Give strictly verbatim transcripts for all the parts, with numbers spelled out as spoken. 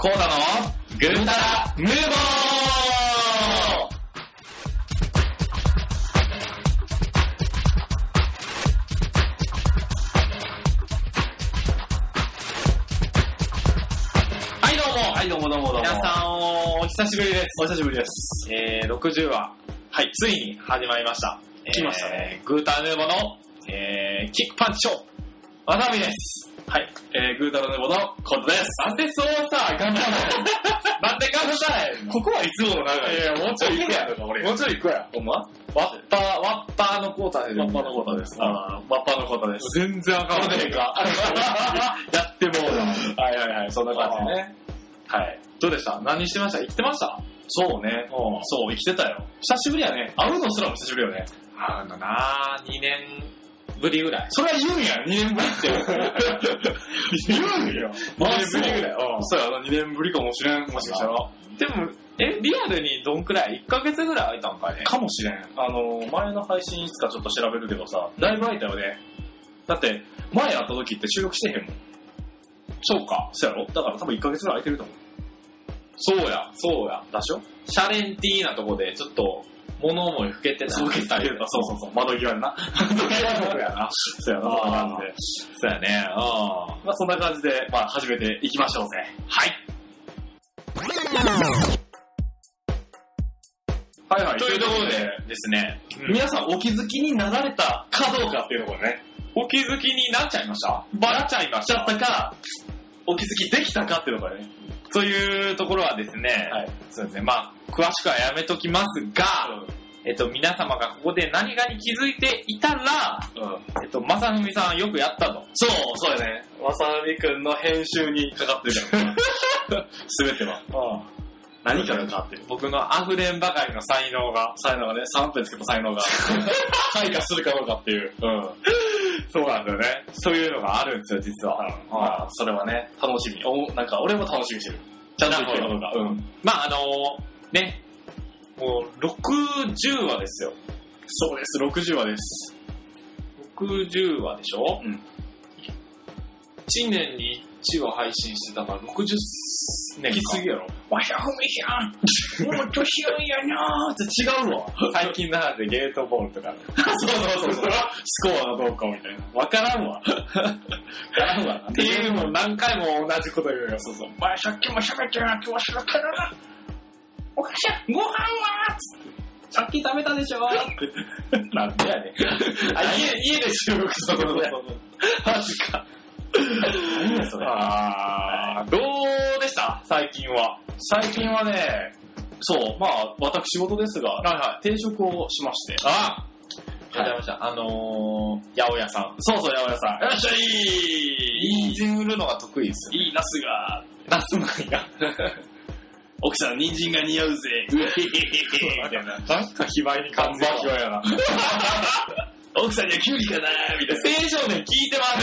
コーダのグータラヌーボー。はいどうも、 はいどうもどうもどうも。 皆さんお久しぶりです。 お久しぶりです。 えー、ろくじゅうわ、はい、ついに始まりました。 来ましたね。 えー、グータラヌーボーの、えー、キックパンチショー、わさびです。 はい、えー、グータラヌーボーのコットです。 なんでそうさ、頑張るなんで頑張るここはいつもの長い。 いや、もうちょい行くやろ、俺。 もうちょい行くや。 ほんまワッパー、ワッパーのコータで。 ワッパーのコータです。あー、ワッパーのコータです。 全然あかんわ。 これでいいか。やってもうだ。はいはいはい、そんな感じね。はい。 どうでした？何してました？生きてました？ そうね。そう、生きてたよ。久しぶりやね。会うのすらも久しぶりよね。 あのなぁ、にねんぶりぐらい。 それは言うんや、にねんぶりって。言うんよ。にねんぶりぐらい。そうやな、にねんぶりかもしれん、もしかしたら。 でも、え、リアルにどんくらい ?いっ ヶ月ぐらい空いたんかね。 かもしれん。あの、前の配信いつかちょっと調べるけどさ、だいぶ空いたよね。だって、前会った時って収録してへんもん。 そうか。 そうやろ？だから多分いっかげつぐらい空いてると思う。 そうや、そうや。 だしょ？ シャレンティーなとこで、ちょっと、物思いふけてた。 そうそうそう、窓際にな。窓際のとこやな。そうやな、そんな感じで。 そうやね。うん。 まあそんな感じで、まあ始めていきましょうぜ。 はい。 はいはい。 というところでですね、 うん、皆さんお気づきになられたかどうかっていうところね。 お気づきになっちゃいました？なっちゃいました。 なっちゃったか、お気づきできたかっていうところね。 というところはですね、はい、そうですね、まあ詳しくはやめときますが、うん、えっと皆様がここで何かに気づいていたら、うん、えっとまさふみさんよくやったと。 そう、そうやね。まさふみくんの編集にかかってるから。すべては。うん、何かがかかってる。 僕の溢れんばかりの才能が、 才能がね、さんぷんつけた才能が開花するかどうかっていう。うん。 そうなんだよね。そういうのがあるんですよ、実は。 うん、まあ、それはね、楽しみ。お、なんか、俺も楽しみにしてる。ちゃんといけるかどうか。うん。 まあ、あのー、ね、もう、ろくじゅうわですよ。 そうです、ろくじゅうわです。 ろくじゅうわでしょ？うん。いちねんにいちわ配信してたから、ろくじゅうねんか。 きすぎやろ。 わしゃふみやんもう年寄りやなーって違うわ。最近の話でゲートボールとか。 そうそうそうそう。スコアがどうかみたいな。わからんわ。わからんわ。 っていうのを何回も同じこと言うよ。そうそう。お前さっきも喋ってるな、今日は喋ってるな。おかしい、ご飯はつって。さっき食べたでしょって。 なんでやねん。 あ、家、家で収録したことで。マジか。 何やそれ。 あー、どうでした最近は。 最近はね、そう、まあ、私事ですが、はいはい、定食をしまして。 あありがとうございました。あのー、八百屋さん。 そうそう、八百屋さん。 よっしゃいい人参売るのが得意ですよ、 ね。いいナスが。 ナスマンが。 奥さん、人参が似合うぜ。うへへへへ。みたいな。 なんか卑猥に感じる。 やな。奥さんにはキュウリかなーみたいな。 青少年聞いてます。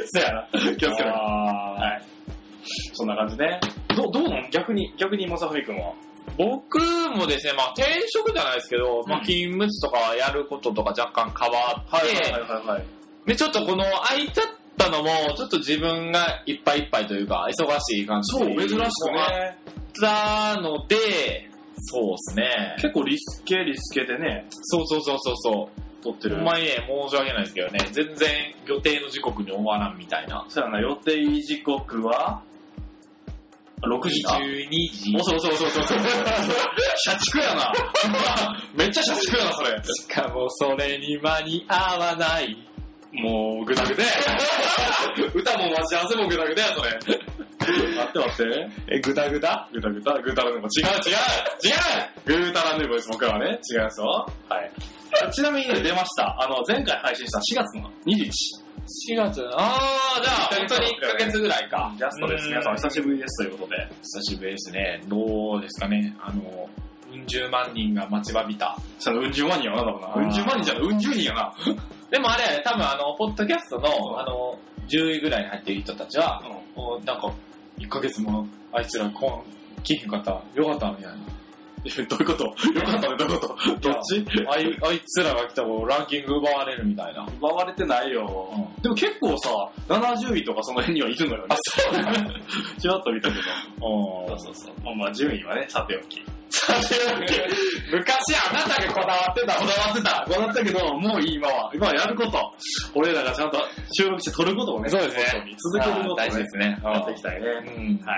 そうやな。気をつけて。はい。そんな感じね。どう、どうなん逆に、逆にまさふみくんは。 僕もですね、まあ転職じゃないですけど、うん、まあ勤務地とかやることとか若干変わって、 はいはいはいはい。 で、ちょっとこの空いちゃったのも、ちょっと自分がいっぱいいっぱいというか、忙しい感じそう、珍しくね。 たので、そうですね。 結構リスケリスケでね。 そうそうそうそうそう。 撮ってる。 ほんまにね、申し訳ないですけどね、全然予定の時刻に終わらんみたいな。 そうやな、予定時刻はろくじか。 じゅうにじ。 そうそうそうそうそう。社畜やな。めっちゃ社畜やな、それ。 しかもそれに間に合わない。 もう、ぐだぐだや。歌も待ち合わせもぐだぐだや、それ。待って待って。 え、ぐだぐだぐだぐだぐーたらヌーボー。違う違う違うぐーたらヌーボーです、僕らはね。違いますよ。はい。ちなみにね、出ました。あの、前回配信したしがつのにじゅういち。 しがつ、あー、じゃあ、本当にいっかげつぐらいか。 ジャストです。皆さん、久しぶりですということで。 久しぶりですね。どうですかね。あの、うん十万人が待ちわびた。 そのうん十万人やな、多分な。うん十万人じゃない、うん十人やな。 でもあれ、多分あの、ポッドキャストの、あの、じゅういぐらいに入っている人たちは、うん、なんか、いっかげつもあいつらこん、来へんかった、よかったみたいな。 どういうことよかったね、どういうことどっちあいあいつらが来たらランキング奪われるみたいな。 奪われてないよ。うん、でも結構さ、ななじゅういとかその辺にはいるのよね。 あ、そうだね。 ちらっと見たけど。そうそうそう。まあまあ順位はね、さておき。さておき。 昔あなたがこだわってた。 こだわってた。こだわったけど、もういい今は。今はやること。俺らがちゃんと収録して撮ることをね。 そうですね。 続けることをね。 大事ですね。 やっていきたいね。 うん。 はい。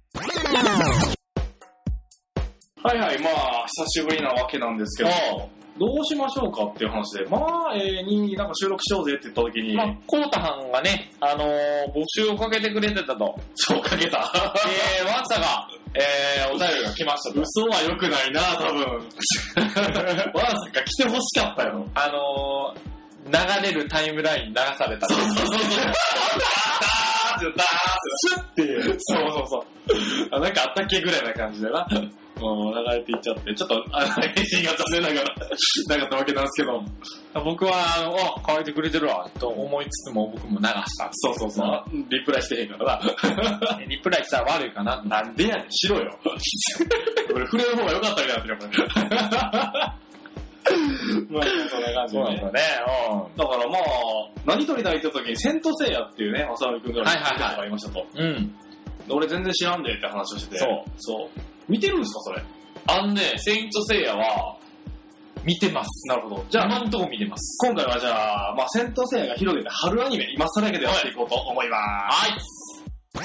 はいはい、まあ、久しぶりなわけなんですけど、どうしましょうかっていう話で、まあ、えー、に、なんか収録しようぜって言った時に、 まあ、コータはんがね、あのー、募集をかけてくれてたと。 そう、かけた。 えー、ワンサが、えー、お便りが来ましたと。 嘘は良くないな、多分。ワンサが来て欲しかったよ。 あのー、流れるタイムラインに流された。 そうそうそうそう。ダーっていう。そうそうそう。なんかあったっけぐらいな感じでな。もう流れていっちゃって、ちょっと、あの、返信が残念ながらなかったわけなんですけど。 僕は、あ、書いてくれてるわ、と思いつつも僕も流した。 そうそうそう。リプライしてへんからな。 リプライしたら悪いかな。 なんでやねん、しろよ。俺、触れる方が良かったみたいになってるから。まあ、そんな感じで、ね。そうなんだね。うん。だからまあ、何撮りたいって言った時に、セントセイヤっていうね、浅見くんが言ってたのがいましたと。 うん。 俺全然知らんでって話をしてて。 そう。 そう。見てるんですか、それ。 あんね、セイントセイヤは、見てます。 なるほど。じゃあ、 今のとこ見てます。 今回はじゃあ、まあ、セントセイヤが広げて春アニメ、今更だけでやっていこうと思います。 はい。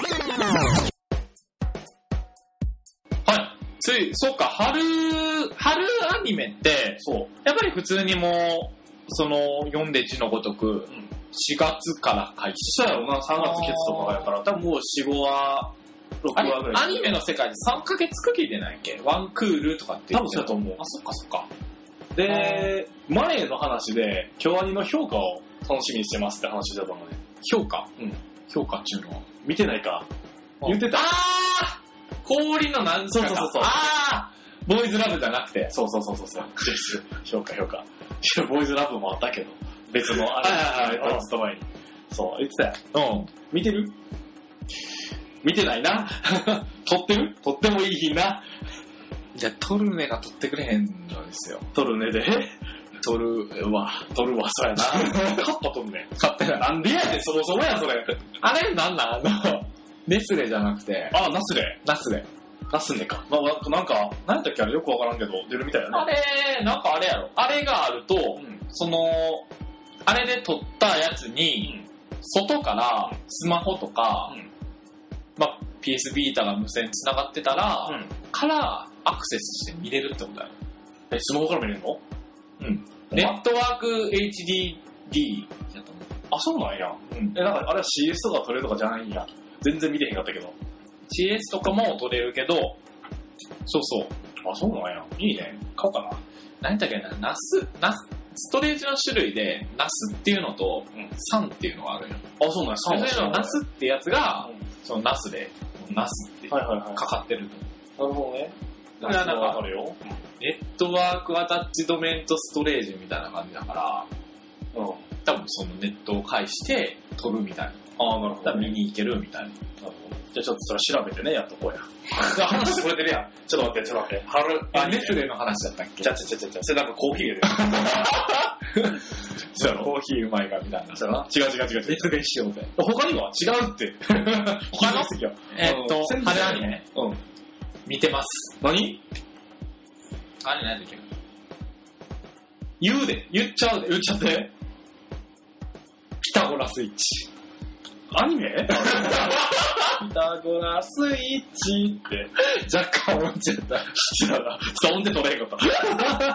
はい。つい、そっか、春、春アニメって、 そう。 やっぱり普通にもう、その、読んで字のごとく、うん、しがつから開始。 そうやろな、さんがつケツとかやから、多分もうよん、ごわ、ろくわぐらい。 アニメの世界でさんかげつ区切りでないっけ？ワンクールとかって言って多分そうやと思う。 あ、そっかそっか。 で、前の話で、京アニの評価を楽しみにしてますって話してたのね。 評価？ うん。 評価っていうのは見てないか。言ってた。 あー！氷のなんとか。 そうそうそう。 あー！ボーイズラブじゃなくて。 そうそうそうそう。評価評価。ボーイズラブもあったけど、別のあれ。はいはいはい。ずっと前に。そう、言ってたよ。うん。見てる？見てないな。撮ってる？撮ってもいい日な。 じゃあ、撮る目が撮ってくれへんのですよ。 撮る目で撮るわ。 撮るわ、そうやな。カッパ撮るね。 カッパや。 なんでやねん、そもそもや、それ。 あれなんなんあの、ネスレじゃなくて。 あ、ナスレ。 ナスレ。 ナスレか。まあ、なんか、何やったっけあれよくわからんけど、出るみたいやね。 あれ、なんかあれやろ。あれがあると、うん、その、あれで撮ったやつに、うん、外からスマホとか、うん、まあ、ピーエス ビータが無線繋がってたら、うん、からアクセスして見れるってことだよ。 え、スマホから見れるの？ うん。ネットワーク エイチディーディー だと思う。 あ、そうなんや。うん。え、なんかあれは シーエス とか撮れるとかじゃないんや。全然見れへんかったけど。 シーエス とかも撮れるけど、そうそう。 あ、そうなんや。いいね。買おうかな。 何だっけな、ナス、ナス、ストレージの種類で、ナスっていうのと、うん、サンっていうのがあるよ。 あ、そうなんや。サンはそれのナスってやつが、うん、そのナスで、ナスってかかってると。なるほどね。 だからなんか、ネットワークアタッチドメントストレージみたいな感じだから、うん、多分そのネットを介して撮るみたいな。 ああ、なるほど、 ね。見に行けるみたいな。なるほど。じゃあちょっとそれ調べてね、やっとこうや。話してくれてるやん。ちょっと待って、ちょっと待って。春、 あ、ネスレの話だったっけ？ ちゃちゃちゃちゃちゃ。それなんかコーヒー入れる。 そうやろ？コーヒーうまいかみたいな。 そうやな。違う違う違う違う。 熱弁しようぜ。 他には違うって。 他のえーっと、春アニメ？うん。見てます。 何？ あれ何だっけ？言うで。言っちゃうで。 言っちゃって。 ピタゴラスイッチ。 アニメ？ピタゴラスイッチって。 若干音痴だった。 知らな。ちょっと音程取れへんかった。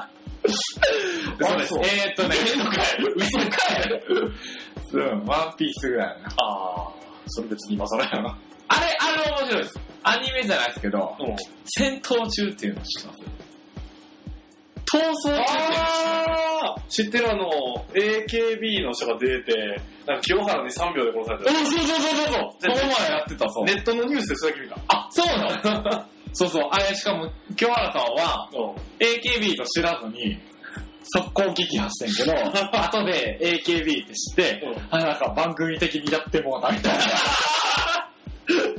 そうです。えーっとね。 嘘かい。嘘かい。 うん、ワンピースぐらいな。 あー。それ別に今更やな。 あれ、あれ面白いです。アニメじゃないですけど、うん、戦闘中っていうの知ってます？逃走中っていうの知ってます？ 知ってるあの、エーケービー の人が出て、なんか清原にさんびょうで殺された。 そうそうそうそうそう。この前やってた、そう。 ネットのニュースでそれだけ見た。 あ、そうなの？そうそう。あれ、しかも、清原さんは、エーケービー と知らずに、速攻撃破してんけど、後で エーケービー って知って、うん、あ、なんか番組的にやってもうたみたいな。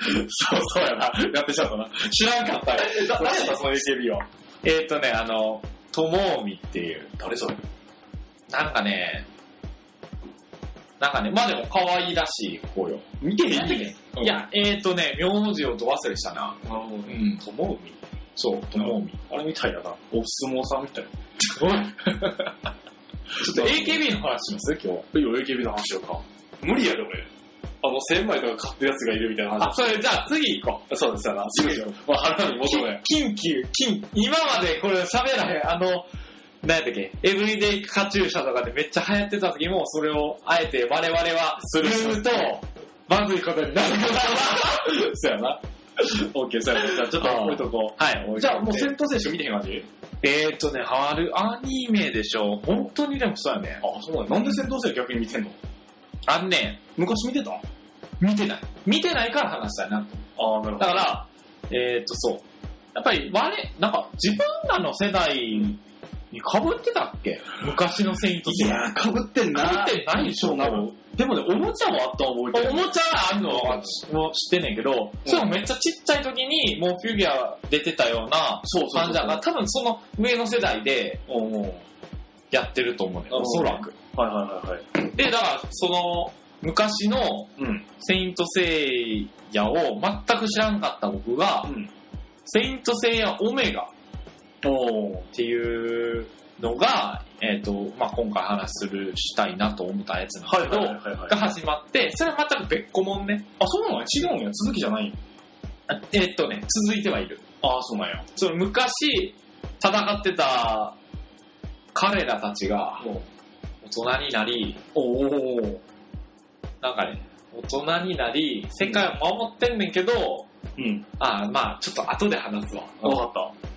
そう、そうやな。やってしまったな。知らんかったよ。誰やったその エーケービー は。 えーっとね、あの、ともみっていう。 誰それ？ なんかね、なんかね、まあでも可愛いらしい子よ。 見てみていや、えーっとね、名字をど忘れしたな。 なるほど。うん。 ともみ？ そう、ともみ。 あれみたいだな。お相撲さんみたいな。 おい。ちょっと エーケービー の話します今日。 いいよ、エーケービー の話しようか。無理やで、俺。あの、せんまいとか買ってるやつがいるみたいな話。 あ、それじゃあ次行こう。そうですよな。次行こう。まあ、腹に求め。 緊急、緊、今までこれ喋らへん、あの、何やったっけ、エブリデイカチューシャとかでめっちゃ流行ってた時も、それをあえて我々はすると、まずいことになるから。 そうやな。オッケー、そうやな。じゃあちょっと置いとこう。 はい。 じゃあもう戦闘選手見てへん感じ？ えーっとね、あるアニメでしょ。本当にでもそうやね。 あ、そうなんだ。なんで戦闘選手逆に見てんの？ あんね、 昔見てた？ 見てない。見てないから話したいな。 ああ、なるほど。 だから、えーっと、そう。やっぱり、我、なんか、自分らの世代に被ってたっけ？昔のセイントセイヤ。 いやー、被ってんな。 被ってないでしょ、多分。 でもね、おもちゃもあったの覚えてる。 おもちゃがあるのは知ってんねんけど、それもめっちゃちっちゃい時にもうフィギュア出てたような感じだから、多分その上の世代でやってると思うねん。おそらく。 はいはいはいはい。 で、だからその昔のセイントセイヤを全く知らんかった僕が、うん、セイントセイヤオメガっていうのが、えっ、ー、と、まあ、今回話する、したいなと思ったやつなんだけど、が始まって、それは全く別個もんね。 あ、そうなの？違うんや。続きじゃないん？ えっ、ー、とね、続いてはいる。 ああ、そうなんや。 その昔、戦ってた彼らたちが、大人になり、 おお、 なんかね、大人になり、世界を守ってんねんけど、うん。ああ、まあちょっと後で話すわ。 わかった。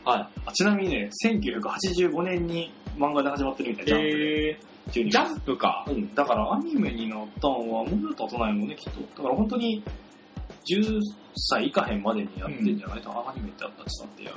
はい。 あ、ちなみにね、せんきゅうひゃくはちじゅうごねんに漫画で始まってるみたいな。 へー。ジャンプか。 うん。だからアニメになったのはもうちょっと経たないもんね、きっと。だから本当にじゅっさいいかへんまでにやってんじゃないかな、うん、アニメってあったってさってや。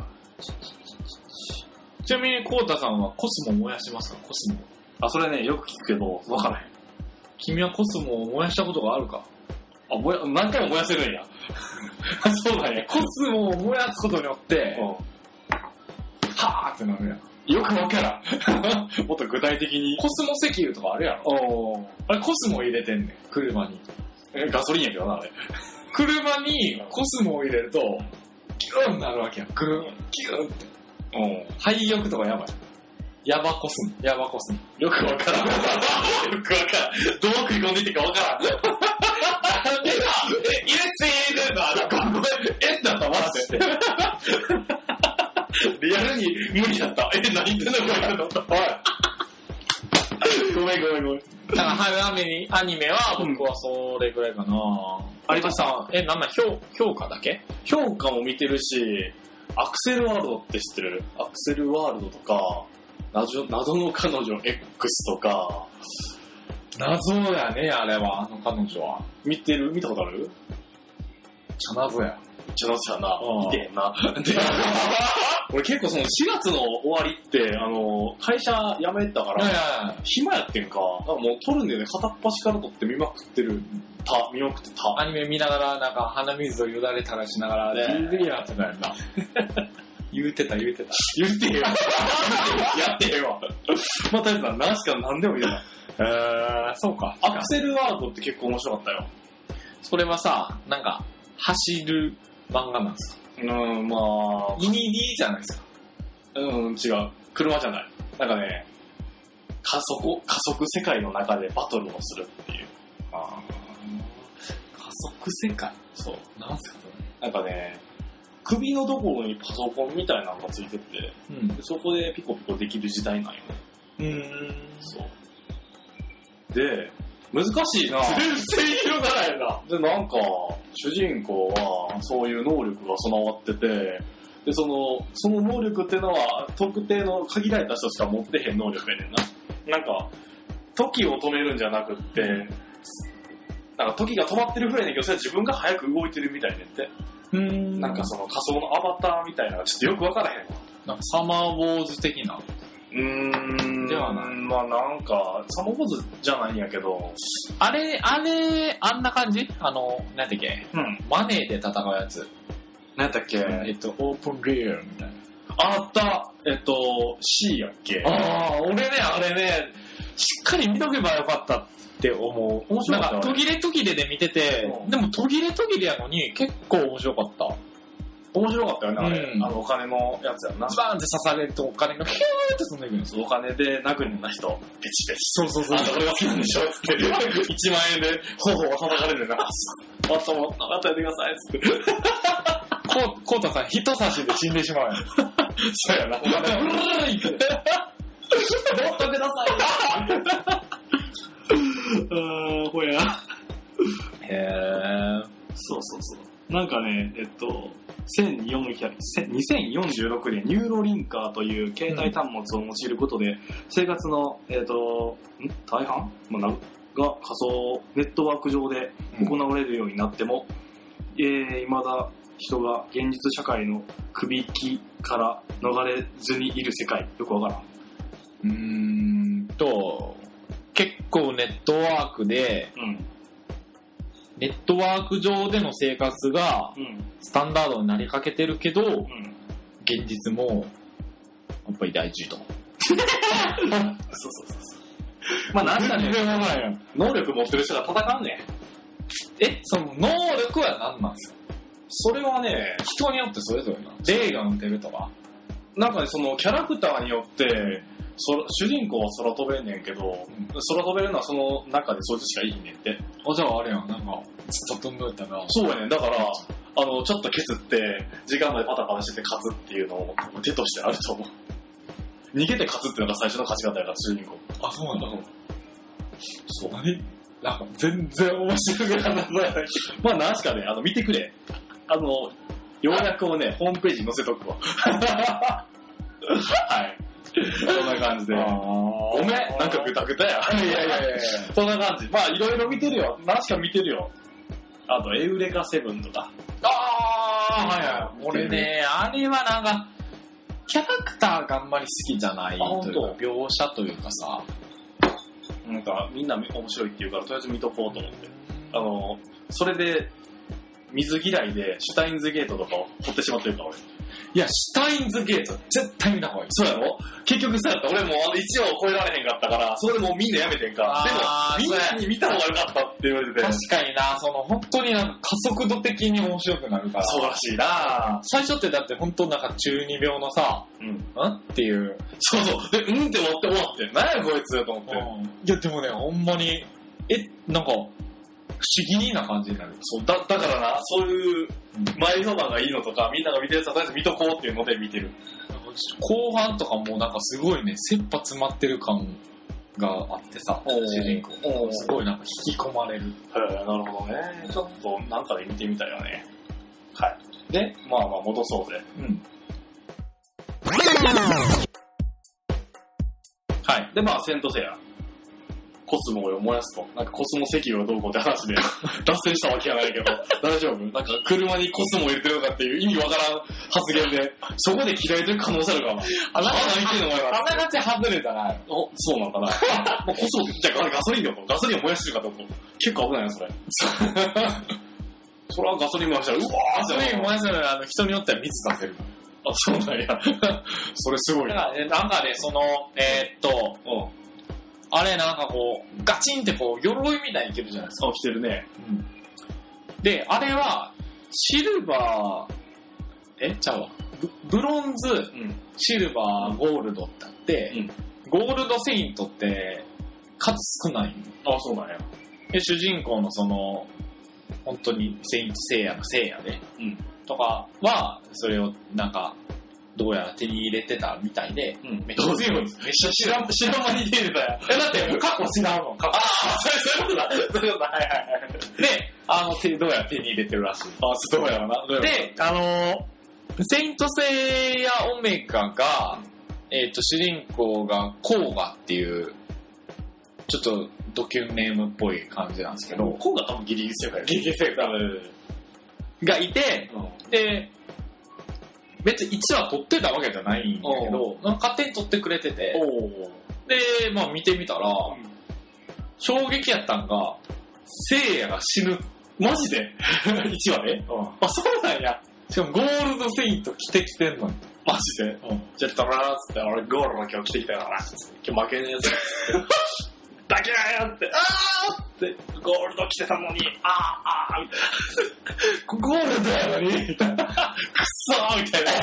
ちなみにコウタさんはコスモ燃やしますか？コスモ。 あ、それね、よく聞くけど、わからへん。 君はコスモを燃やしたことがあるか？ あ、燃や、何回も燃やせるんや。そうなんや。 コスモを燃やすことによって、うん、はーってなるやん。 よくわからん。もっと具体的に。 コスモ石油とかあるやろ。 おあれコスモ入れてんねん、車に。 え、ガソリンやけどな、あれ。 車にコスモを入れると、キューンなるわけやん。グーン、キューンって。うん。廃浴とかやばい。ヤバコスモ。ヤバコスモ。 よくわからん。よくわからん。どう食い込んでいってかわからん。なんでだ入れてるのあの、ごめん、えだったマジで。 リアルに無理だった。え、何言ってんのこれだった。おい。ごめんごめんごめん。 だから春アメアニメは僕はそれぐらいかな。 有田さん、 え、なんなん評評価だけ？ 評価も見てるし、アクセルワールドって知ってる？アクセルワールドとか、謎の彼女 X とか。 謎やね、あれは、あの彼女は。 見てる？見たことある？ ちゃ謎や。 ちゃ謎やな。見てへんな。俺結構そのしがつの終わりって、あの、会社辞めたから、暇やってんか。なんかもう撮るんだよね。片っ端から撮って見まくってる。た、見まくってた。 アニメ見ながら、なんか鼻水をよだれ垂らしながらで、ビリやってたやんな。言うてた言うてた。 言ってへんわ。やってへんわ。まあ、とりあえず何しか何でも言うな。 えー、そうか。 アクセルワールドって結構面白かったよ。 それはさ、なんか、走る漫画なんですか？ うん、まあ。 イニディじゃないですか。 うん、違う。車じゃない。なんかね、加速、加速世界の中でバトルをするっていう。 あ加速世界？ そう。 なんすかそれ？ なんかね、首のところにパソコンみたいなのがついてて、うん、でそこでピコピコできる時代なんよね。 うーん。 そう。で、難しいな。 全然広がないな。 で、なんか、主人公はそういう能力が備わってて、で、その、その能力っていうのは特定の限られた人しか持ってへん能力やねんな。なんか、時を止めるんじゃなくって、なんか時が止まってるふうやねんけど、それは自分が早く動いてるみたいねんって。 うーん。 なんかその仮想のアバターみたいなのがちょっとよくわからへんわ。 なんかサマーウォーズ的な。 ううーん。ではない。まあなんか、サモボズじゃないんやけど。 あれ、あれ、あんな感じあの、なんだっけ、うん、マネーで戦うやつ。 なんだっけえっと、オープンレアみたいな。 あった。えっと、C やっけ。 ああ、俺ね、あれね、しっかり見とけばよかったって思う。面白かった。なんか、途切れ途切れで見てて、うん、でも途切れ途切れやのに結構面白かった。 面白かったよね、あれ。うん、あの、お金のやつやな。 ズバーンって刺されるとお金がヒューって飛んでいくんですよ。お金で殴るな人、ペチペチ。 そうそうそう。 あ、これが好きなんでしょつって。いちまん円で、ほうほう叩かれるな。あっとも、あったやってくださいつって。 こう、こうたさん、人差しで死んでしまうやん。 そうやな。お金、ブルルルルいって。もっとください。あー、ほや。 へー。 そうそうそう。なんかね、えっと、にせんよんじゅうろくねん、ニューロリンカーという携帯端末を用いることで、うん、生活の、えっと、ん大半、まあ、が仮想ネットワーク上で行われるようになっても、うん、えー、未だ人が現実社会のくびきから逃れずにいる世界、よくわからん。 うーんと、結構ネットワークで、うん、ネットワーク上での生活がスタンダードになりかけてるけど、うん、現実もやっぱり大事と。 そうそうそうそう。まあなんかね、能力持ってる人が戦うね。 え、その能力は何なんですか？ それはね、 人によってそれぞれな。霊が打てるとか。 なんかね、そのキャラクターによって、そ主人公は空飛べんねんけど、うん、空飛べるのはその中でそいつしかいいねんって。 あ、じゃああれやん、なんか、ずっと飛んどいたら。 そうやねん、だから、あの、ちょっと削って、時間までパタパタしてて勝つっていうのを手としてあると思う。逃げて勝つっていうのが最初の勝ち方やから、主人公。 あ、そうなんだ。 そう。 何なんか全然面白くなさそうやな。 まあ、なんすかね、あの、見てくれ。あの、要約をね、ホームページに載せとくわ。はい。そんな感じで。ごめん、なんかグタグタや。 いやいやいやそんな感じ。まあ、いろいろ見てるよ。何しか見てるよ。あと、エウレカセブンとか。 あー、はいはい。俺ね、あれはなんか、キャラクターがあんまり好きじゃないというか、描写というかさ。 なんか、みんな面白いって言うから、とりあえず見とこうと思って。あの、それで、水嫌いで、シュタインズゲートとかを掘ってしまってるから、俺。 いや、シュタインズゲート絶対見た方がいい。 そうやろ？結局そうやった。俺もあのいちわを超えられへんかったから、それでもうみんなやめてんか。でも、みんなに見た方がよかったって言われてて。 確かにな、その、本当になんか加速度的に面白くなるから。 そうらしいな。 最初ってだって本当なんか中二病のさ、うん。んっていう。 そうそう。で、うんって思って終わって。何やこいつと思って。うん、 いや、でもね、ほんまに、え、なんか、不思議な感じになる。 そう、だ、だからな、そういう前評判がいいのとか、みんなが見てるやつはとりあえず見とこうっていうので見てる。 後半とかもなんかすごいね、切羽詰まってる感があってさ、主人公。すごいなんか引き込まれる。 はい、なるほどね。ちょっとなんかで見てみたいよね。はい。で、まあまあ戻そうぜ。うん。はい。で、まあ、セントセイヤ。コスモを燃やすと。なんかコスモ石油がどうこうって話で脱線したわけじゃないけど、大丈夫？なんか車にコスモを入れてるのかっていう意味わからん発言で、そこで嫌いてる可能性あるからな。 あながち、あながち外れたな。 お、そうなのかな。もうコスモ、じゃあガソリンだよ。ガソリンを燃やしてるかと思う。結構危ないな、それ。それはガソリン燃やしたら、うわーガソリン燃やしたら、あの、人によっては蜜出せる。 あ、そうなんや。それすごいな。 なんかね、その、えー、っと、うんあれなんかこう、ガチンってこう、鎧みたいに着るじゃないですか。 あ、着てるね。 うん。で、あれは、シルバー、えちゃうわ。ブ, ブロンズ、うん、シルバー、ゴールドってあって、うん、ゴールドセイントって数少ない。 あ、そうなんや。 で、主人公のその、本当にセイントセイヤのセイヤで、うん、とかは、それをなんか、どうやら手に入れてたみたいで、うん、めっちゃ強いんです。めっちゃ知らん、知らん間に手入れたやん。え、だって過去知らんもん。過去。ああ、そういうことだ。そういうことだ。はいはいはい。で、あの、手、どうやら手に入れてるらしい。 あ、そうやろな。 で、あのー、セイントセイヤオメガが、えっ、ー、と、主人公がコーガっていう、ちょっとドキュネームっぽい感じなんですけど、 コーガ多分ギリギリ正解。 ギリギリ正解。がいて、うん、で、 別にいちわ撮ってたわけじゃないんだけど、勝手に撮ってくれてて、で、まあ見てみたら、うん、衝撃やったんが、聖夜が死ぬ。 マジで ?いち 話で、うん、 あ、そうなんや。しかもゴールドセイント着てきてんのに。 マジで、うん、じゃあ、ドラーっつって、俺ゴールド今日着てきたから、今日負けねえぞ。だけーって、あーって、ゴールド着てたのに、あーあーみたいな。ゴールドやのに、みたいな。くっそーみたいな。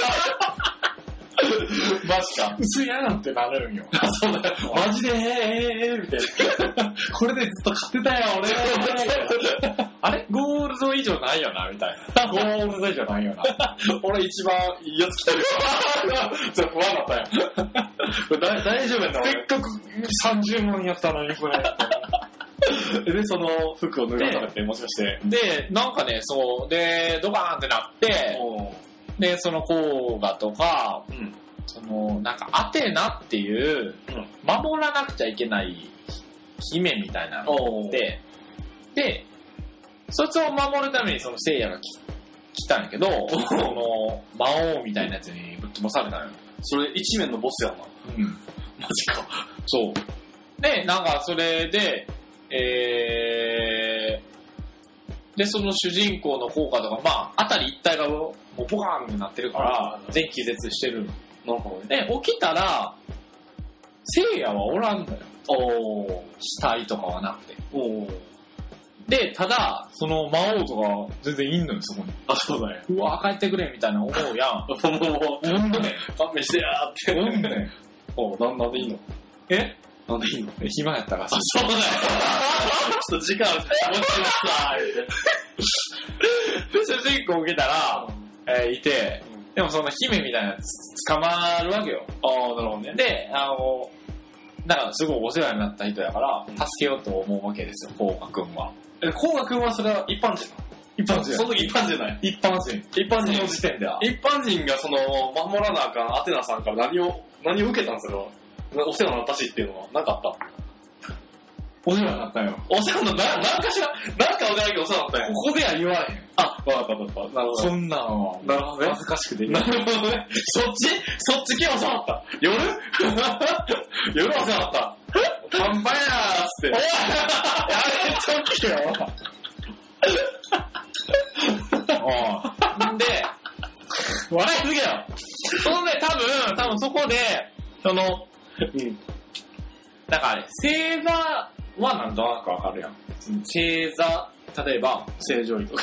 マジか。 薄やなんてなるんよ。 あ、そうだよ。マジで、えーえーみたいな。これでずっと買ってたよ、俺。 あれゴールド以上ないよな、みたいな。ゴールド以上ないよな。 俺一番いいやつ着てるよ。ちょっと不安だったよ。これ大, 大丈夫やったせっかくさんじゅうまんやったのに、これ。 で、その服を脱がされて、もしかして。 で、なんかね、そう、で、ドバーンってなって、で、その甲賀とか、うん、その、なんかアテナっていう、うん、守らなくちゃいけない姫みたいなのがあって、で、そいつを守るためにその聖夜が来たんやけど、その、魔王みたいなやつにぶっ飛ばされたのよ。 それ一面のボスやな。 うん。マジか。そう。で、なんかそれで、えー、で、その主人公の効果とか、まあ、あたり一体がもうポカーンになってるから、全気絶してるの。 なるほどね。 で、起きたら、聖夜はおらんのよ。おー。死体とかはなくて。おー。で、ただ、その魔王とか全然いんのよ、そこに。 あ、そうだよ。 うわ、帰ってくれ、みたいな思うやん。 もう、もう、 ほんとね。 勘弁してやーって。 ほんとね。 おなんなんでいいのえなんでいいの暇やったから。 あ、そうだよ。ちょっと時間、持ちましたで、主人公受けたら、えー、いて、でもその姫みたいなやつ捕まるわけよ。 ああ、なるほどね。 で、あの、だからすごいお世話になった人やから、助けようと思うわけですよ、甲賀くんは。 え、甲賀くんはそれは一般人なの？ 一般人。 その時一般人じゃない？ 一般人。 一般人の時点では。 一般人がその、守らなあかんアテナさんから何を、何を受けたんそれは。お世話になったしっていうのはなかった？ お世話になったよ。 お世話になった、なんかしら、なんかわからんけどお世話になったよ。 ここでは言われへん。 あ、わかったわかった。なるほど。 そんなのは。 なるほどね。 恥ずかしくて。 なるほどね。そっちそっち今日お世話になった。夜夜お世話になった。乾杯やーっつって。おいやめときよ。 おんで、笑いすぎよ。そんで多分、多分そこで、その、うん。だからね、星座はなんとなくわかるやん。星座、例えば、 正常位とか。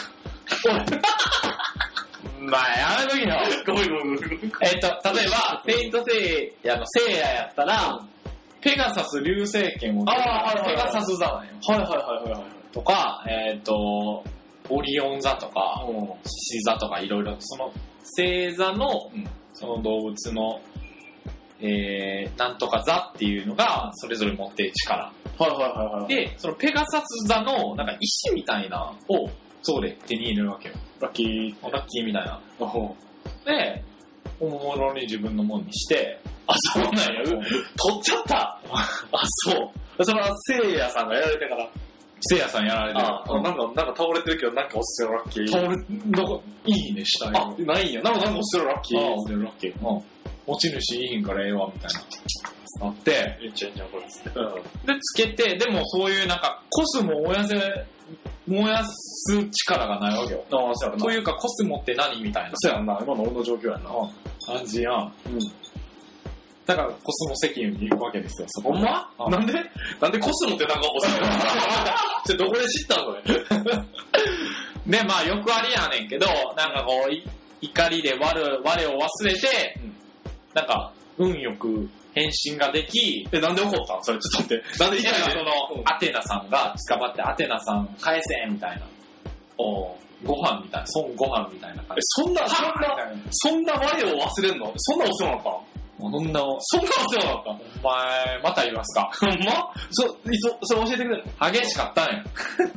まあ、やめときよ。 ごめんごめんごめん。 えっと、例えば、セイントセイヤの聖夜やったら、ペガサス流星剣を、 ああ、 ペガサス座なんよ。 はいはいはいはい。 とか、えっと、オリオン座とか、獅子座とかいろいろ、その星座の、うん、その動物の、えー、なんとか座っていうのが、それぞれ持っている力。 はいはいはいはい。 で、そのペガサス座の、なんか石みたいなを、そうで手に入れるわけよ。 ラッキー。 ラッキーみたいな。で、おもむろに自分のものにして、 あ、そうなんや。取っちゃった。あ、そう。それは聖夜さんがやられてから。 聖夜さんやられてる。 あ、なんか、なんか倒れてるけど、なんかおすすめのラッキー。 倒れ、なんか、いいね、したい。 あ、ないんや。なんか、なんかおすすめのラッキー。 あ、おすすめのラッキー。うん。持ち主いいんからええわ、みたいな。なって、 いいんちゃいんちゃん、これつって。 うん。で、つけて、でもそういうなんか、コスモを燃やせ、燃やす力がないわけよ。 ああ、そうやな。 というか、コスモって何みたいな。 そうやんな。今の俺の状況やな。 感じやん。うん。だから、コスモ石油に行くわけですよ、そこ。 ほんま？なんでなんでコスモってなんか押すのそれどこで知ったのそれ。 で、まあ、よくありやねんけど、なんかこう、怒りで我、我を忘れて、うん、なんか、運よく変身ができ、 え、なんで怒ったのそれちょっと待って。なんで怒りでその、うん、アテナさんが捕まって、アテナさん返せみたいな。おご飯みたいな、孫ご飯みたいな感じ。 え、そんな、そんな、そんな我を忘れんのそんなお世話なのかそんな、 そんなお世話なのかお前、また言いますかほんまそ、そ、それ教えてくれるの激しかったんや。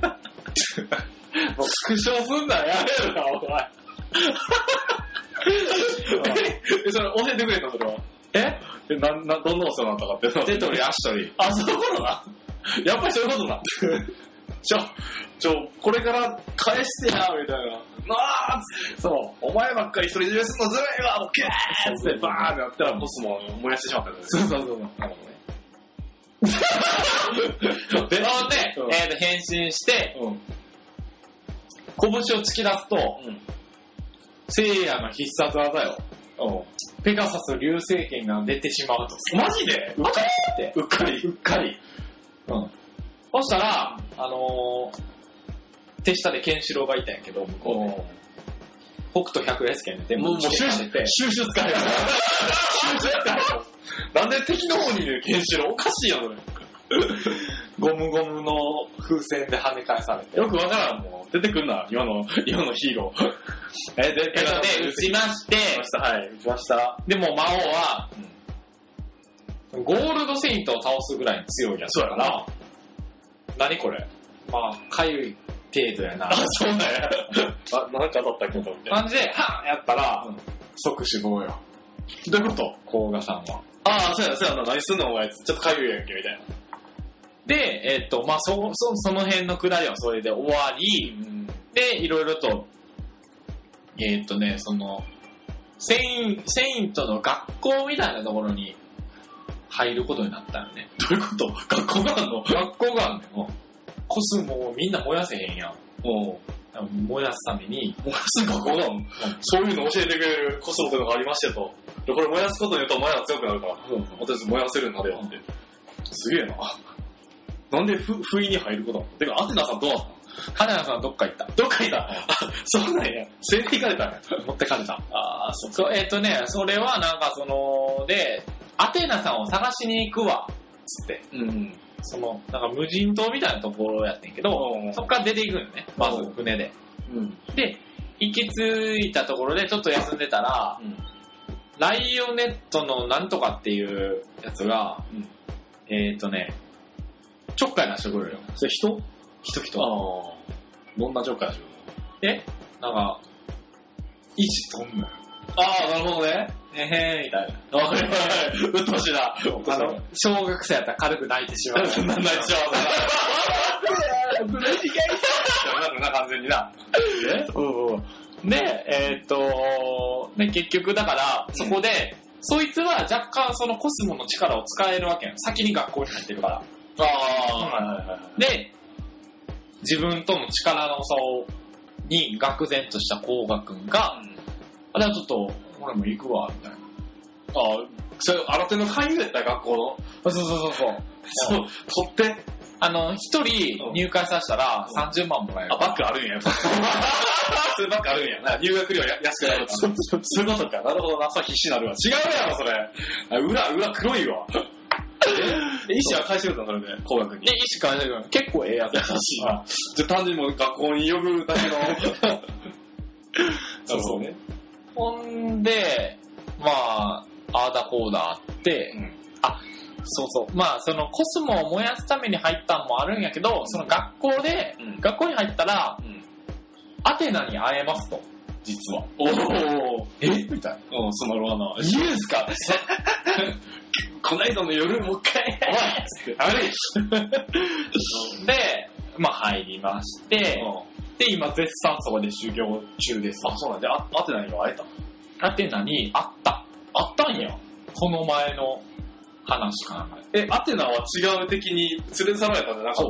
もう、スクショすんならやめるな、お前。 え、それ教えてくれたそれは。 ええ、な、な、どんなお世話なったかって。 手取り足取り。 あ、そういうことな。やっぱりそういうことな。 ちょ、ちょ、これから返してや、みたいな。なあそう、お前ばっかり独り占めすんのずるいわ、オッケーってバーってなったらコスモを燃やしてしまったんだよね。そうそうそう。なるほどね。 で、で、うん、えーと、変身して、うん、拳を突き出すと、うん、聖夜の必殺技よ。うん、ペガサス流星剣が出てしまうと。 マジでうっかりって。 うっかり。 うっかり。うん。そしたら、あのー、手下でケンシロウがいたんやけど、向こうで。北斗百エス剣で、 もう、もう、収集、収集使える。収集使える。なんで敵の方にいるケンシロウおかしいやん、それ。 ゴムゴムの風船で跳ね返されて。 よくわからん、もう。出てくんな、今の、今のヒーロー。 え、で、で、で、撃ちまして、 撃ちました、はい、撃ちました。 でも魔王は、うん、ゴールドセイントを倒すぐらいに強いやつだから、何これまあ、かゆい程度やな。 あ、そうなんや。あ、なんか当たったけど、みたいな。 感じで、はぁやったら、うん、即死亡よ。 どういうこと？ 甲賀さんは。 ああ、そうや、そうやな、何すんのお前、ちょっとかゆいやんけ、みたいな。 で、えー、っと、まあ、そ、そ、その辺のくだりはそれで終わり、うん、で、いろいろと、えー、っとね、その、セイン、セイントの学校みたいなところに入ることになったよね。 どういうこと？学校があんの？ 学校があんのよ。コスモをみんな燃やせへんやん。 おう燃やすために。 燃やす学校なの？うん、そういうの教えてくれるコスモというのがありましてと。これ燃やすことによってお前ら強くなるから、うん、とりあえず燃やせるんだよって。すげえな。なんでふ不意に入ることなの？てか、アテナさんどうなの？ アテナさんどっか行った。 どっか行った。あ、そうなんや。連れて行かれたんや。 持ってかれた。 ああ、そうそう。えっ、ー、とね、それはなんかその、で、アテナさんを探しに行くわ、つって。うん。その、なんか無人島みたいなところやってんけど、うん、そっから出ていくのね。まず船で。うん。で、行き着いたところでちょっと休んでたら、うん、ライオネットのなんとかっていうやつが、うん、えっ、ー、とね、ちょっかい出してくるよ。 それ人？ 人人。 ああ。どんなちょっかい出してくるの？えなんか、位置飛んの。 ああ、なるほどね。 えへーみたいな。はいはいはい。うっとうしいな。あの、小学生やったら軽く泣いてしまう。 そんな泣いてしまう。ブレーキがいい。な、完全にな。 えうんうん。で、えー、っと、で、結局だから、そこで、そいつは若干そのコスモの力を使えるわけやん。先に学校に入ってるから。 ああ、うん、はいはいはい。 で、自分との力の差を、に愕然とした甲賀くんが、うん、あれはちょっと、俺も行くわ、みたいな。 ああ、それ、新手の勧誘やった学校の。 そうそうそうそう。 そう、取って。 あの、一人入会させたらさんじゅうまんもらえる。 あ、バッグあるんや。それバッグあるんやな。入学料安くなるから。そういうことか。なるほどな。さ、必死になるわ。違うやろ、それ。裏、裏黒いわ。え、意思は返してくれたのそれで、工学に。 え、意思返してくれた結構ええやつ。 優しいな。じゃ、単純にもう学校に呼ぶだけの。 そうそうね。ほんで、まあ、あーだこうだあって、うん、あ、そうそう。まあ、そのコスモを燃やすために入ったのもあるんやけど、その学校で、うん、学校に入ったら、うん、アテナに会えますと、実は。 おおえみたいな。 うん、そうなるわな。 言うんすかこないだの夜もう一回、おいつって。あれで、まあ入りまして、で、今絶賛そこで修行中です。 あ、そうなんで、あ、アテナには会えた？アテナに会った。会ったんや。この前の話かな。 え、アテナは違う敵に連れ去られたんじゃなかった？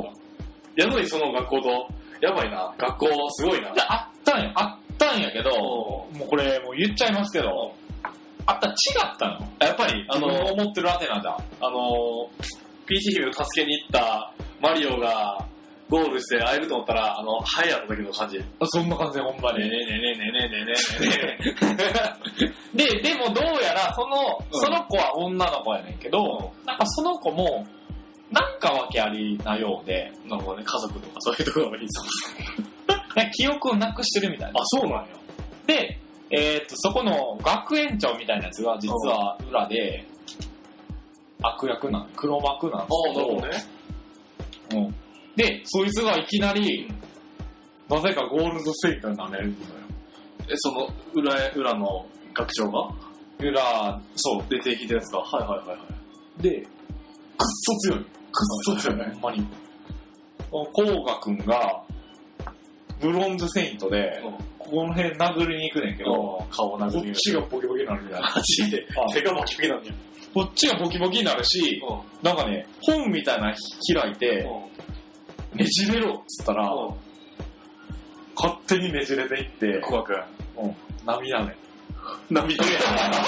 やのにその学校と、やばいな、学校すごいな。 で、会ったんや、会ったんやけど、もうこれもう言っちゃいますけど、あった違ったの。 やっぱり、 あの、思ってるアテナじゃん。 あの、ピーチ姫を助けに行ったマリオがゴールして会えると思ったら、あの、ハイやった時の感じ。 そんな感じでほんまに。 ねえねえねえねえねえねえねえねで、でもどうやら、その、うん、その子は女の子やねんけど、うん、なんかその子も、なんか訳ありなようで、 なるほどね、家族とかそういうところがいいそう記憶をなくしてるみたいな。 あ、そうなんや。 で、えー、っと、そこの学園長みたいなやつが実は裏で、悪役なの。黒幕なんですけど。 ああ、なるほどね。 うん。で、そいつがいきなり、なぜかゴールドセイトに舐めるんだよ。 え、その、裏、裏の学長が裏、そう。 出てきたやつが。はいはいはいはい。 で、くっそ強い。くっそ強いね。ほんまに。 コウガくんが、ブロンズセイントで、うん、この辺殴りに行くねんけど、 顔殴りに行く。 こっちがボキボキになるみたいな。 マジで手がボキボキになるんや。 こっちがボキボキになるし、うん、なんかね、本みたいな開いて、うん、ねじれろっつったら、うん、勝手にねじれていって、 コウガくん。 うん。涙目。 涙目や。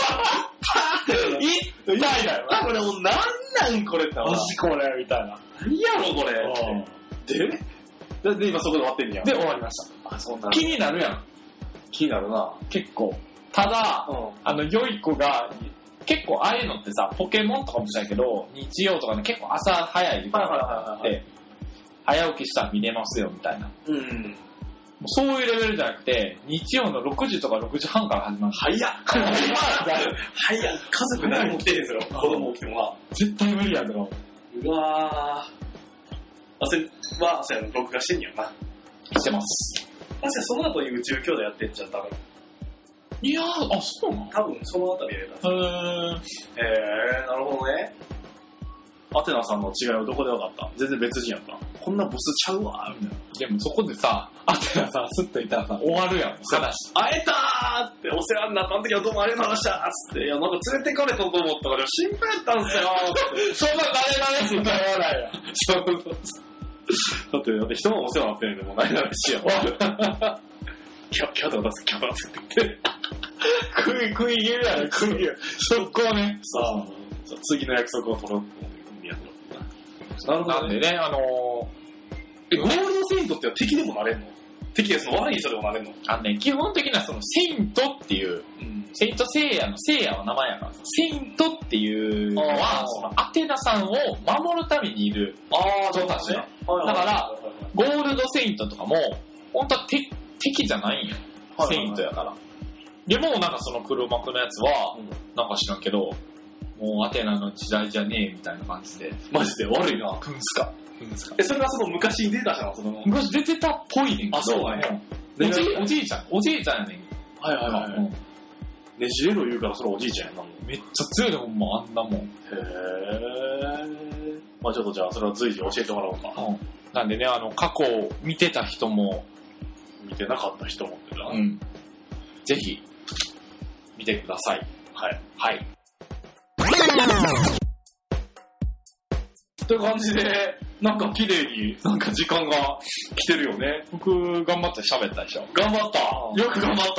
痛いだよ。 これもうなんなんこれって。 マジこれみたいな。 何やろこれ。でで、今そこで終わってんねや。 で、終わりました。 あ、そうなん気になるやん。 気になるな。 結構。ただ、うん、あの、良い子が、結構ああいうのってさ、ポケモンとかもしたいけど、日曜とかね、結構朝早い時間があって、早起きしたら見れますよみたいな。 うん。 そういうレベルじゃなくて、日曜のろくじとかろくじはんから始まる。 早っ早っ早っ家族誰も来てるんですよ。子供起きてもな。 絶対無理やんだろ。 うわぁ。あ、それは、そうやな、録画してんやな。 してます。 確かにその後に宇宙兄弟やってんじゃん、多分。 いやー、あ、そうなの？ 多分そのあたりやった。へー。へー、なるほどね。アテナさんの違いはどこで分かった？全然別人やった。こんなブスちゃうわみたいな。 でもそこでさ、アテナさんスッといたらさ、終わるやん、話。 会えたーって、お世話になった時はどうもありがとうございましたーって、いや、なんか連れてかれたと思ったから心配やったんすよーって。 そんな誰々しか言わないやん。 そうそうそう。だって、だって人もお世話になってるんで、もう何々しよう。キャ、キャと出す、キャと出すって言って。 食い、食い切るやろ、食い切る。速攻ね。 さあ、次の約束を取ろうって思う。なるほど、ね。なんでね、あのー、え、ゴールドセイントって敵でもなれんの？敵でその悪い人でもなれんの？ あのね、基本的にはそのセイントっていう、うん、セイントセイヤの、セイヤの名前やから、セイントっていうのは、そのアテナさんを守るためにいる人たち、ね、だから、ゴールドセイントとかも、本当は敵、敵じゃないんよ。セイントやから。でも、なんかその黒幕のやつは、なんか知らんけど、もうアテナの時代じゃねえみたいな感じで。 マジで悪いな。 くんすか。くんすか。 え、それはその昔に出てたじゃん、その。 昔出てたっぽいねんけど。 あ、そうなんや。 おじい、おじいちゃん、おじいちゃんやねん。 はいはいはい。うん、ねじれろ言うからそれおじいちゃんやなの。 めっちゃ強いでほんま、あんなもん。へー。まあちょっとじゃあそれは随時教えてもらおうか。 うん。なんでね、あの、過去を見てた人も、 見てなかった人もってな。 うん。ぜひ、見てください。 はい。 はい。 という感じで、なんか綺麗に、なんか時間が来てるよね。 僕、頑張って喋ったでしょ。 頑張った。よく頑張った。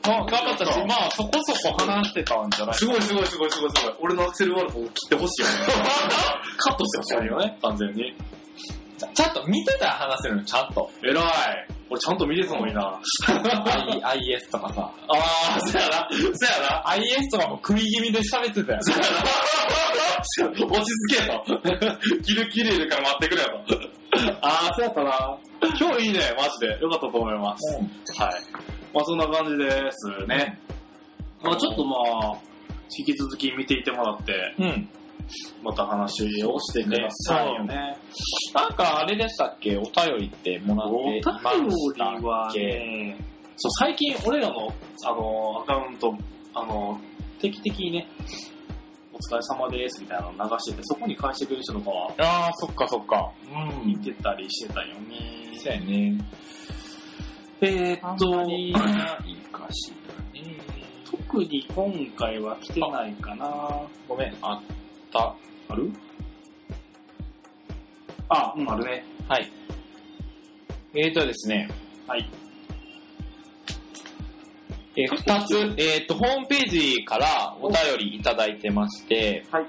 まあ、頑張ったし、まあ、そこそこ話してたんじゃないすごいすごいすごいすごいすごい。俺のアクセルワールドを切ってほしいよね。カットしてほしいよね、完全に。 ちゃ, ちゃんと見てたら話せるの、ちゃんと。 偉い。俺ちゃんと見てたのにな。 アイエス とかさ。 あー、そやな。そやな。 アイエス とかも食い気味で喋ってたよ。 そやな。落ち着けと。キルキレるから待ってくれよと。あー、そうやったな。今日いいね、マジで。よかったと思います。うん、はい。まあそんな感じですね。まあちょっとまあ、引き続き見ていてもらって、 うん。 また話をしてくださいよね。 なんかあれでしたっけ、お便りってもらっていましたっけ？お便りはね、そう、最近俺らの、あの、アカウント、あの、定期的にね、お疲れ様ですみたいなの流してて、そこに返してくれる人とかは、 ああ、そっかそっか。 うん。見てたりしてたよね。 そうやね。 えーっと、 いいかしらね。 特に今回は来てないかな。 ごめん、ああるあ、うん、あるね。 はい。えーとですね。 はい。 えー、二つ、えーと、ホームページからお便りいただいてまして、 はい。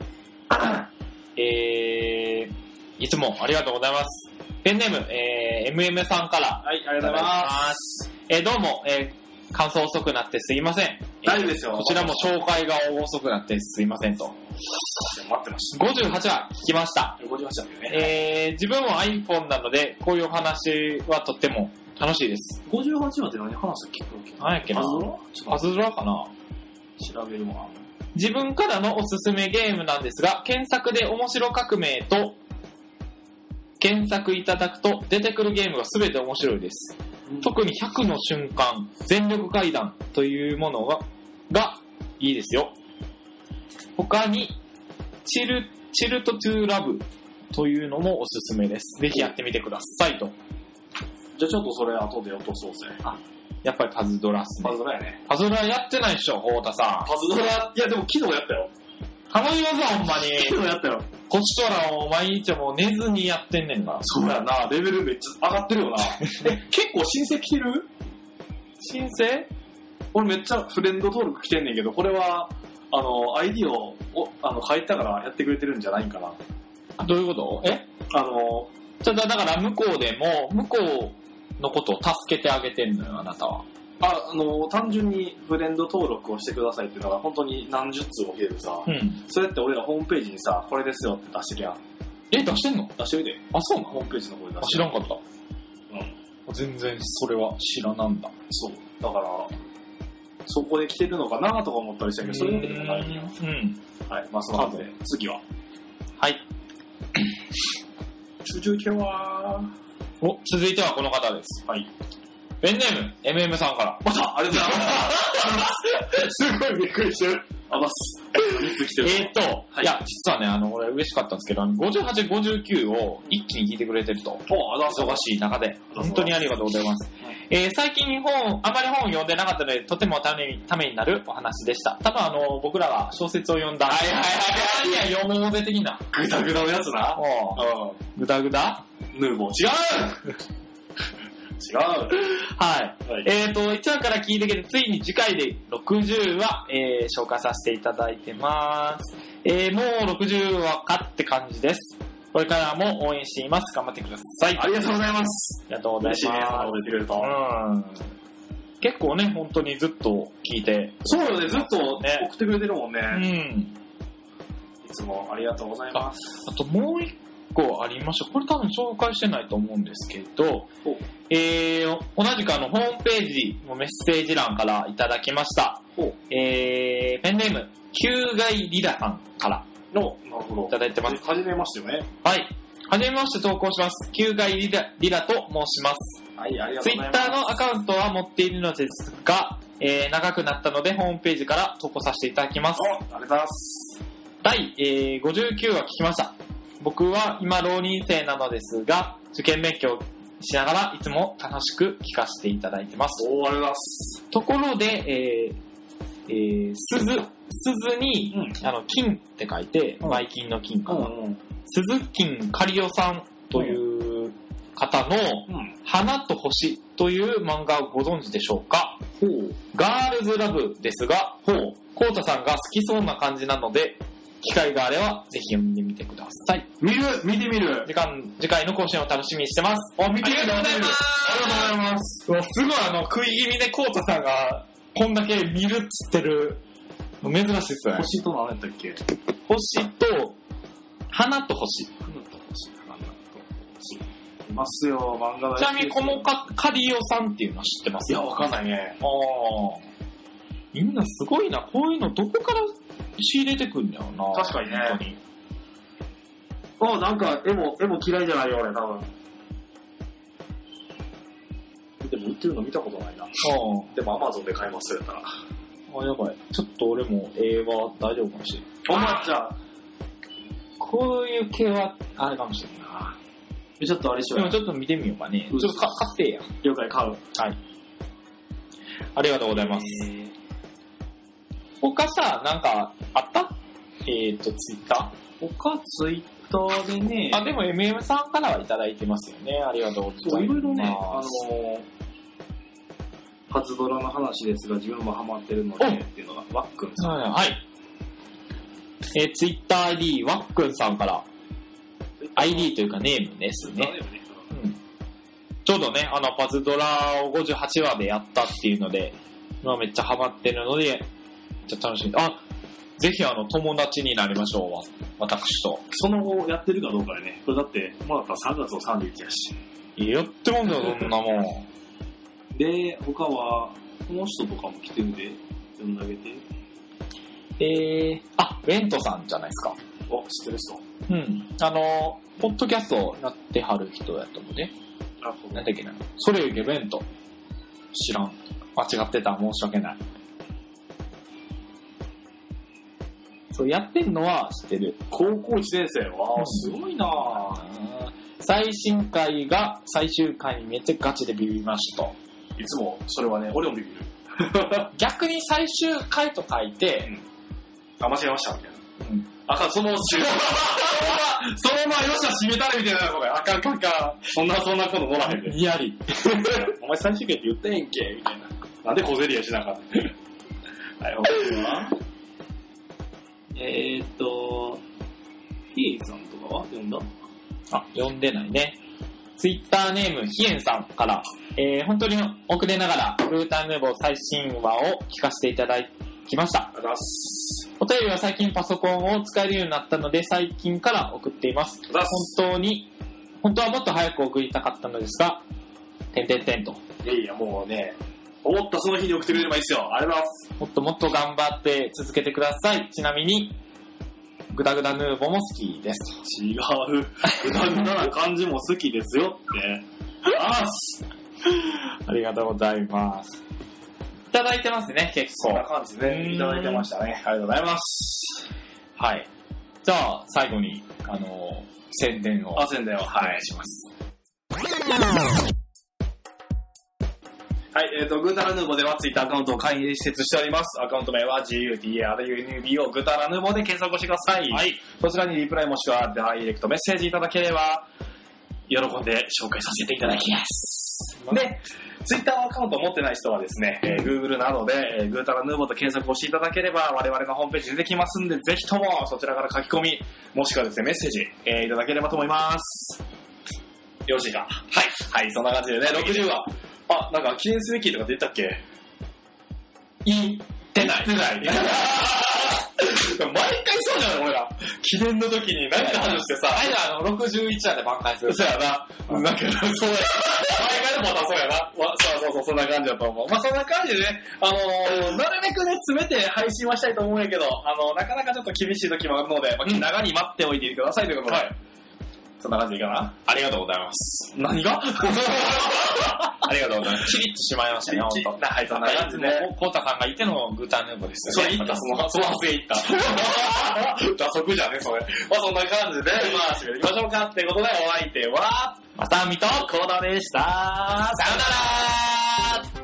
えー、いつもありがとうございます。ペンネーム、えー、エムエム さんから。 はい、ありがとうございます。 えー、どうも、えー、感想遅くなってすいません。 大丈夫ですよ。 こちらも紹介が遅くなってすいませんと。 待ってました。 ごじゅうはちわ聞きました。 ごじゅうはちわだよね。 えー、自分も iPhone なので、こういう話はとっても楽しいです。 ごじゅうはちわって何話したっけ？ 何やっけな？ パズドラ？ パズドラかな？ 調べるわ。 自分からのおすすめゲームなんですが、検索で面白革命と検索いただくと出てくるゲームが全て面白いです。うん、特にひゃくの瞬間、全力階段というものが、がいいですよ。他に、チル、チルトトゥーラブというのもおすすめです。ぜひやってみてくださいと。 じゃあちょっとそれ後で落とそうぜ。 あ、やっぱりパズドラっすね。 パズドラやね。 パズドラやってないっしょ、太田さん。 パズドラ、いやでも昨日やったよ。 頼みますわ、ほんまに。 昨日やったよ。 こっちとらも毎日もう寝ずにやってんねんから。 そうやな、レベルめっちゃ上がってるよな。え、結構申請来てる？ 申請？ 俺めっちゃフレンド登録来てんねんけど、これは、あの、アイディー をおあの変えたからやってくれてるんじゃないんかな。 どういうこと？え？ あの、 ちょっとだから向こうでも、向こうのことを助けてあげてんのよ、あなたは。 あ、あの、単純にフレンド登録をしてくださいっていうのが本当に何十通も来てるさ、 うん。 それって俺らホームページにさ、これですよって出してきゃ。 え、出してんの？ 出してみて。 あ、そうなの？ ホームページの方で出して。 知らんかった。 うん。 全然それは知らなんだ。 そう。だから、そこで来てるのかなとか思ったりしたけど、そういうわけでもないんや。 うん。 はい、まあその感じで、次は。 はい。 続いては、 お、続いてはこの方です。 はい。 ペンネーム、エムエム さんから。 また、ありがとうございます。すごいびっくりしてる。あます。いつ来てるえーっと、はい、いや、実はね、あの、俺嬉しかったんですけど、ごじゅうはち、ごじゅうきゅうを一気に聞いてくれてると。 お、 忙しい中で。本当にありがとうございます。えー、最近本、あまり本を読んでなかったので、とてもために、ためになるお話でした。多分あの、僕らが小説を読んだ。 はいはいはいはい。いや、読もうぜ的な。 グダグダのやつな。 おう。グダグダヌーボー。違う違う。 はい。 はい、 えっ、ー、と、いちわから聞いてきて、ついに次回でろくじゅうわ、えー、紹介させていただいてます。えー、もうろくじゅうわかって感じです。これからも応援しています。頑張ってください。 ありがとうございます。 ありがとうございます。 嬉しいね、そう言ってくれると。 うん。結構ね、本当にずっと聞いて。 そうよね、ずっと送ってくれてるもんね。 うん。 いつもありがとうございます。 あ, あともう一個ありました。これ多分紹介してないと思うんですけど、えー、同じくあの、ホームページのメッセージ欄からいただきました。えー、ペンネーム、キューガイリラさんからの、 なるほど。 いただいてます。 はじめましてよね。 はい。はじめまして投稿します。キューガイリラ、リラと申します。 はい、ありがとうございます。 ツイッターのアカウントは持っているのですが、えー、長くなったのでホームページから投稿させていただきます。 ありがとうございます。 第、えー、ごじゅうきゅうわ聞きました。僕は今浪人生なのですが、受験勉強しながらいつも楽しく聞かせていただいてます。 おー、ありがとうございます。 ところで、えー、えー、鈴、鈴に、うん、あの、金って書いて、うん、前金の金かな。うんうん、鈴金カリオさんという方の、うん、花と星という漫画をご存知でしょうか？ほう。ガールズラブですが、ほう。コウタさんが好きそうな感じなので、機会があればぜひ読んでみてください。 見る見てみる時間、次回の更新を楽しみにしてます。 あ、見てみるありがとうございます。 ありがとうございます。 うわ、すごいあの、食い気味でコウタさんが、こんだけ見るっつってる、珍しいっすね。 星と何やったっけ？ 星と、花と星。 花と星、花と星。いますよ、漫画ちなみにこのかカリオさんっていうのは知ってます？ いや、わかんないね。 ああ。みんなすごいな。こういうのどこから仕入れてくんだよな。 確かにね。本当に。あ、なんか絵も、絵も嫌いじゃないよ、俺、多分。でも売ってるの見たことないな。あでもアマゾンで買いますよ、やったら。 あ、やばい。ちょっと俺も絵は大丈夫かもしれない。 お前じゃあ、 こういう系はあれかもしれないな。 ちょっとあれしよう。 でもちょっと見てみようかね。ちょっとか買ってや。 了解、買う。 はい。ありがとうございます。他さ、なんかあった？えっと、ツイッター他ツイッターでね。 あ、でも エムエム さんからはいただいてますよね。ありがとうございます。 そう、いろいろね、あのー、パズドラの話ですが、自分もハマってるので、っていうのが、ワックンさん。 はい。えー、ツイッター アイディー、ワックンさんから、アイディー というかネームですね。うん、ちょうどね、あの、パズドラをごじゅうはちわでやったっていうので、今めっちゃハマってるので、めっちゃ楽しみ。あ、ぜひあの、友達になりましょう、私と。 その後やってるかどうかでね。これだって、もらったらさんがつのさんじゅういちやし。 やってもんだよ、そんなもん。 で、他は、この人とかも来てるんで、読んであげて。 えー、あ、ベントさんじゃないですか。 お、知ってる人。 うん。あの、ポッドキャストやってはる人やと思うね。 なるほど。 なんだっけな。それゆけベント。知らん。間違ってた。申し訳ない。 そうやってんのは知ってる。 高校いちねん生は、うん、すごいなぁ。 最新回が最終回にめっちゃガチでビビりました。 いつもそれはね、俺もビビる。 逆に最終回と書いて、 うん、あ、間違えましたみたいな。うん、あかん、その終盤そのままよっしゃ閉めたれみたいなこれ。あかんかんかん。そんなそんなこと乗らへんで。 にやり。 お前最終回って言ってへんけみたいな。なんで小競り合いしなかったはい、他はえーっと、ヒエイさんとかは読んだ？ あ、読んでないね。ツイッターネームヒエンさんから、えー、本当に遅れながらグータンヌーボー最新話を聞かせていただきました。 ありがとうございます。 お便りは最近パソコンを使えるようになったので最近から送っています。本当に、本当はもっと早く送りたかったのですが、てんてんてんと。 いやいや、もうね、思ったその日に送ってくれればいいですよ。ありがとうございます。 もっともっと頑張って続けてください。ちなみに、グダグダヌーボも好きです。 違う。グダグダな感じも好きですよって。あーす。 ありがとうございます。いただいてますね、結構。 そんな感じで、ね、いただいてましたね。ありがとうございます。 はい。じゃあ、最後に、あのー、宣伝を。 あ、宣伝を。はい。 します。 はい、えっ、ー、と、グータラヌーボではツイッターアカウントを会員で施設しております。アカウント名は ジーユーティーエーアールユーエヌビー をグータラヌーボで検索をしてください。 はい。 そちらにリプライもしくはダイレクトメッセージいただければ、喜んで紹介させていただきます。で、ツイッターアカウントを持ってない人はですね、えー、Google などで、えー、グータラヌーボと検索をしていただければ、我々のホームページ出てきますんで、ぜひともそちらから書き込み、もしくはですね、メッセージ、えー、いただければと思います。よろしいか。はい。はい、そんな感じでね、ろくじゅうわ。あ、なんか記念すべきとか出たっけ？ 言ってない。 言ってない。毎回そうじゃない俺ら。記念の時に何か話してさ。 あいだ、あの、ろくじゅういちわで挽回する。 そうやな。なんか、そうや。毎回のパターンそうやな。まあ、そうそうそう、そんな感じだと思う。まあ、そんな感じでね、あのー、なるべくね、詰めて配信はしたいと思うんやけど、あのー、なかなかちょっと厳しい時もあるので、まあ、長に待っておいてくださいということで。はい。そんな感じでいいかな？ ありがとうございます。 何がありがとうございます。キリッとしまいましたね、ほんと。 はい、そんな感じで。 コウタさんがいてのグータンヌーボですよね。それ言った、その、その発言言った。打足じゃね、それ。まあそんな感じで、まあ、締めていきましょうかってことで、お相手は、 まさみとコウタでした。 さよならー。